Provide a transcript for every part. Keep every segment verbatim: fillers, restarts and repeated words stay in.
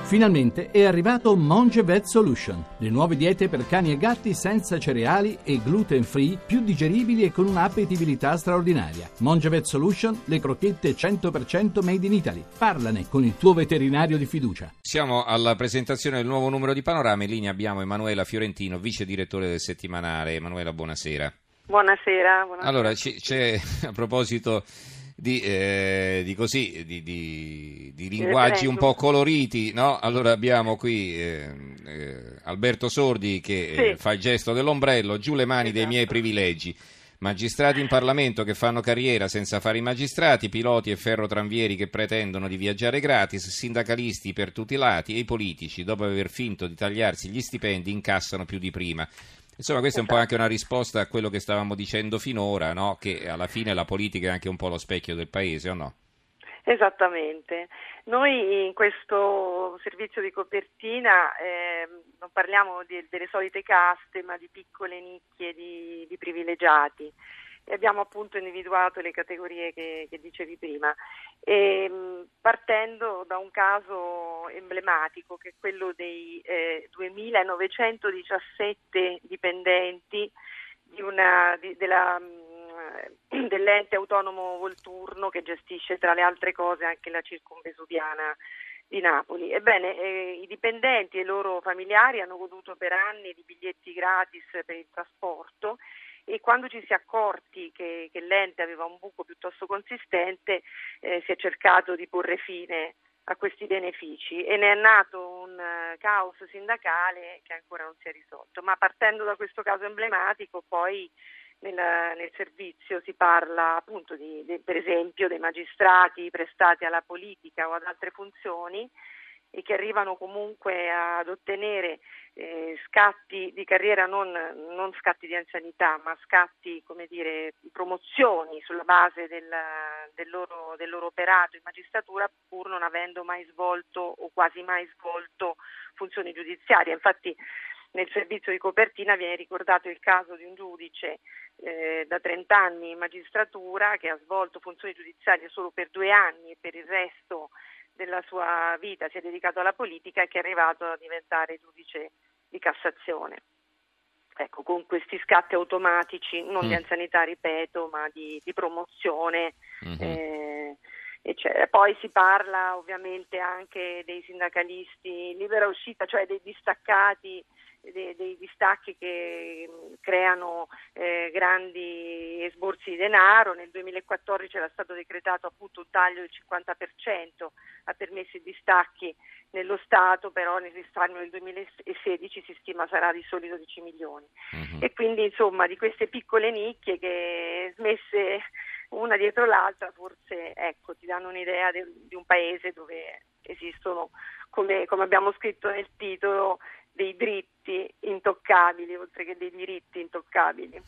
Finalmente è arrivato Monge Vet Solution, le nuove diete per cani e gatti senza cereali e gluten free, più digeribili e con un'appetibilità straordinaria. Monge Vet Solution, le crocchette cento per cento made in Italy. Parlane con il tuo veterinario di fiducia. Siamo alla presentazione del nuovo numero di Panorama. In linea abbiamo Emanuela Fiorentino, vice direttore del settimanale. Emanuela, buonasera. Buonasera. buonasera. Allora, c- c'è a proposito di, eh, di così di, di, di linguaggi un po' coloriti, no? Allora abbiamo qui eh, eh, Alberto Sordi che sì. eh, fa il gesto dell'ombrello, giù le mani esatto. dei miei privilegi. Magistrati in Parlamento che fanno carriera senza fare i magistrati, piloti e ferrotranvieri che pretendono di viaggiare gratis, sindacalisti per tutti i lati e i politici, dopo aver finto di tagliarsi gli stipendi, incassano più di prima. Insomma, questa è un po' anche una risposta a quello che stavamo dicendo finora, no? Che alla fine la politica è anche un po' lo specchio del paese, o no? Esattamente. Noi in questo servizio di copertina eh, non parliamo di, delle solite caste, ma di piccole nicchie di, di privilegiati. E abbiamo appunto individuato le categorie che, che dicevi prima, e, partendo da un caso emblematico che è quello dei eh, duemilanovecentodiciassette dipendenti di una, di, della, mh, dell'ente autonomo Volturno che gestisce tra le altre cose anche la circumvesuviana di Napoli. Ebbene, eh, i dipendenti e i loro familiari hanno goduto per anni di biglietti gratis per il trasporto, e quando ci si è accorti che, che l'ente aveva un buco piuttosto consistente eh, si è cercato di porre fine a questi benefici e ne è nato un uh, caos sindacale che ancora non si è risolto. Ma partendo da questo caso emblematico, poi nel, nel servizio si parla appunto di, di, per esempio dei magistrati prestati alla politica o ad altre funzioni e che arrivano comunque ad ottenere eh, scatti di carriera, non, non scatti di anzianità, ma scatti, come dire, promozioni sulla base del, del, loro, del loro operato in magistratura, pur non avendo mai svolto o quasi mai svolto funzioni giudiziarie. Infatti nel servizio di copertina viene ricordato il caso di un giudice eh, da trenta anni in magistratura che ha svolto funzioni giudiziarie solo per due anni e per il resto della sua vita si è dedicato alla politica e che è arrivato a diventare giudice di Cassazione. Ecco, con questi scatti automatici, non mm. di anzianità, ripeto, ma di, di promozione, mm-hmm. eh, eccetera. Poi si parla ovviamente anche dei sindacalisti in libera uscita, cioè dei distaccati, dei, dei distacchi che creano eh, grandi esborsi di denaro. Nel duemilaquattordici era stato decretato appunto un taglio del cinquanta per cento a permessi di distacchi nello Stato, però nel risparmio del duemilasedici si stima sarà di soli dodici milioni. Uh-huh. E quindi insomma di queste piccole nicchie che smesse una dietro l'altra forse ecco ti danno un'idea de, di un paese dove esistono, come, come abbiamo scritto nel titolo, dei dritti intoccabili oltre che dei diritti intoccabili.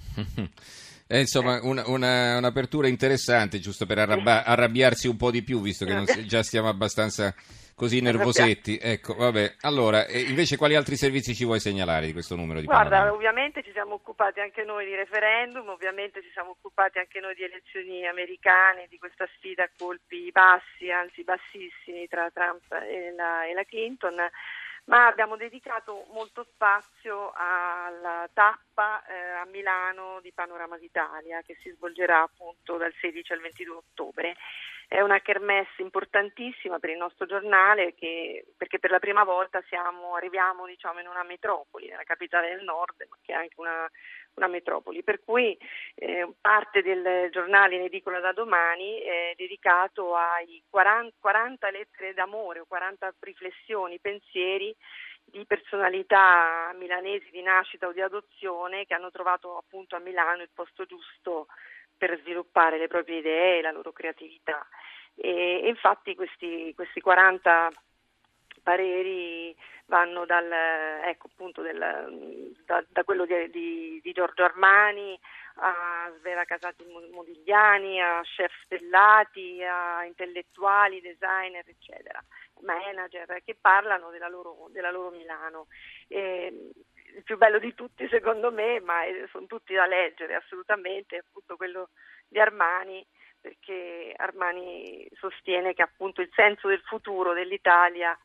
Eh, insomma, una, una, un'apertura interessante, giusto per arrabba, arrabbiarsi un po' di più, visto che non, già stiamo abbastanza così nervosetti. Ecco, vabbè. Allora, eh, invece quali altri servizi ci vuoi segnalare di questo numero di Guarda, Panorama? ovviamente ci siamo occupati anche noi di referendum, ovviamente ci siamo occupati anche noi di elezioni americane, di questa sfida a colpi bassi, anzi bassissimi, tra Trump e la, e la Clinton. Ma abbiamo dedicato molto spazio alla tappa eh, a Milano di Panorama d'Italia che si svolgerà appunto dal sedici al ventidue ottobre. È una kermesse importantissima per il nostro giornale che, perché per la prima volta siamo, arriviamo diciamo in una metropoli, nella capitale del nord, ma che è anche una, una metropoli, per cui eh, parte del giornale in edicola da domani è dedicato ai quaranta, quaranta lettere d'amore o quaranta riflessioni, pensieri di personalità milanesi di nascita o di adozione che hanno trovato appunto a Milano il posto giusto per sviluppare le proprie idee e la loro creatività. E, e infatti questi, questi quaranta pareri vanno dal, ecco, appunto del, da, da quello di, di, di Giorgio Armani a Sveva Casati Modigliani, a chef stellati, a intellettuali, designer, eccetera, manager, che parlano della loro, della loro Milano. E, il più bello di tutti secondo me, ma sono tutti da leggere assolutamente, è appunto quello di Armani, perché Armani sostiene che appunto il senso del futuro dell'Italia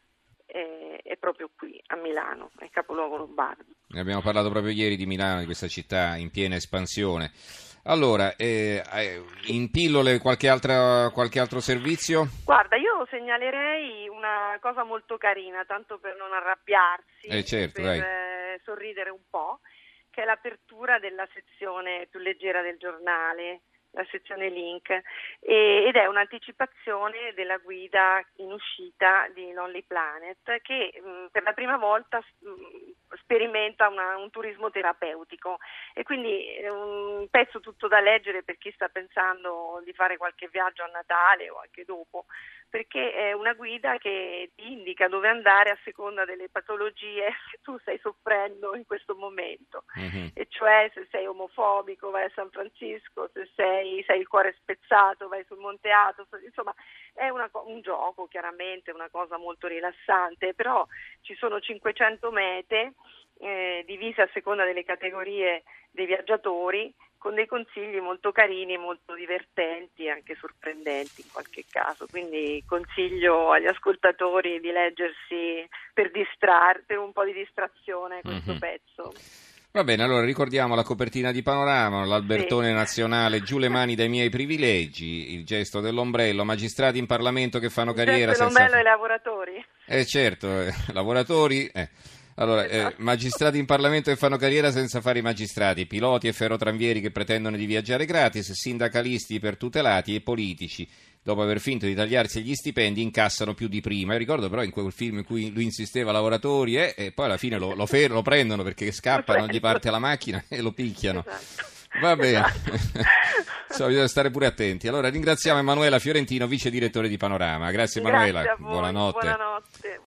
è, è proprio qui a Milano, è il capoluogo lombardo. Ne abbiamo parlato proprio ieri di Milano, di questa città in piena espansione. Allora, eh, in pillole qualche, altra, qualche altro servizio? Guarda, io segnalerei una cosa molto carina, tanto per non arrabbiarsi, eh certo, per eh, sorridere un po', che è l'apertura della sezione più leggera del giornale, la sezione link, e, ed è un'anticipazione della guida in uscita di Lonely Planet che mh, per la prima volta mh, sperimenta una, un turismo terapeutico, e quindi è un pezzo tutto da leggere per chi sta pensando di fare qualche viaggio a Natale o anche dopo, perché è una guida che ti indica dove andare a seconda delle patologie che tu stai soffrendo in questo momento, mm-hmm. e cioè se sei omofobico vai a San Francisco, se sei, sei il cuore spezzato vai sul Monte Athos, insomma è una, un gioco, chiaramente una cosa molto rilassante, però ci sono cinquecento mete eh, divise a seconda delle categorie dei viaggiatori, con dei consigli molto carini, molto divertenti e anche sorprendenti in qualche caso, quindi consiglio agli ascoltatori di leggersi per distrarre, per un po' di distrazione questo mm-hmm. pezzo. Va bene, allora ricordiamo la copertina di Panorama, l'Albertone sì. nazionale, giù le mani dai miei privilegi, il gesto dell'ombrello, magistrati in Parlamento che fanno carriera il gesto senza... dell'ombrello ai lavoratori. Eh certo, eh, lavoratori... Eh. Allora, eh, magistrati in Parlamento che fanno carriera senza fare i magistrati, piloti e ferrotranvieri che pretendono di viaggiare gratis, sindacalisti ipertutelati e politici, dopo aver finto di tagliarsi gli stipendi, incassano più di prima. Io ricordo però in quel film in cui lui insisteva lavoratori eh, e poi alla fine lo, lo, fer- lo prendono perché scappa, non gli parte la macchina e lo picchiano. Esatto. Va bene, so, bisogna stare pure attenti. Allora ringraziamo Emanuela Fiorentino, vice direttore di Panorama. Grazie Emanuela, Grazie a voi. buonanotte. Buonanotte.